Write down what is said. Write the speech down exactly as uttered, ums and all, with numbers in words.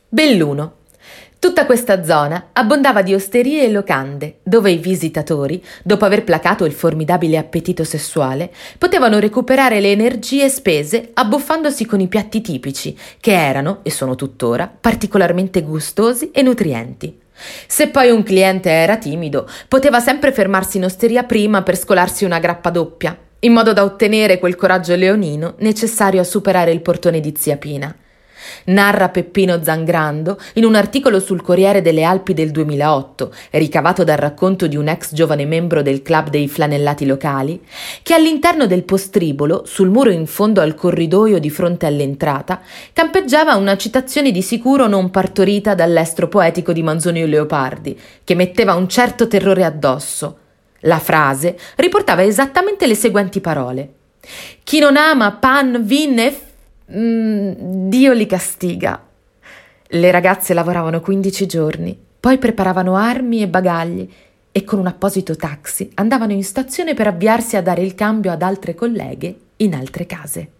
Belluno. Tutta questa zona abbondava di osterie e locande, dove i visitatori, dopo aver placato il formidabile appetito sessuale, potevano recuperare le energie spese abbuffandosi con i piatti tipici, che erano, e sono tuttora, particolarmente gustosi e nutrienti. Se poi un cliente era timido, poteva sempre fermarsi in osteria prima per scolarsi una grappa doppia, in modo da ottenere quel coraggio leonino necessario a superare il portone di zia Pina. Narra Peppino Zangrando in un articolo sul Corriere delle Alpi del duemilaotto, ricavato dal racconto di un ex giovane membro del club dei flanellati locali, che all'interno del postribolo, sul muro in fondo al corridoio di fronte all'entrata, campeggiava una citazione di sicuro non partorita dall'estro poetico di Manzoni Leopardi, che metteva un certo terrore addosso. La frase riportava esattamente le seguenti parole: «Chi non ama pan, vin e f- Mm, Dio li castiga». Le ragazze lavoravano quindici giorni, poi preparavano armi e bagagli e con un apposito taxi andavano in stazione per avviarsi a dare il cambio ad altre colleghe in altre case.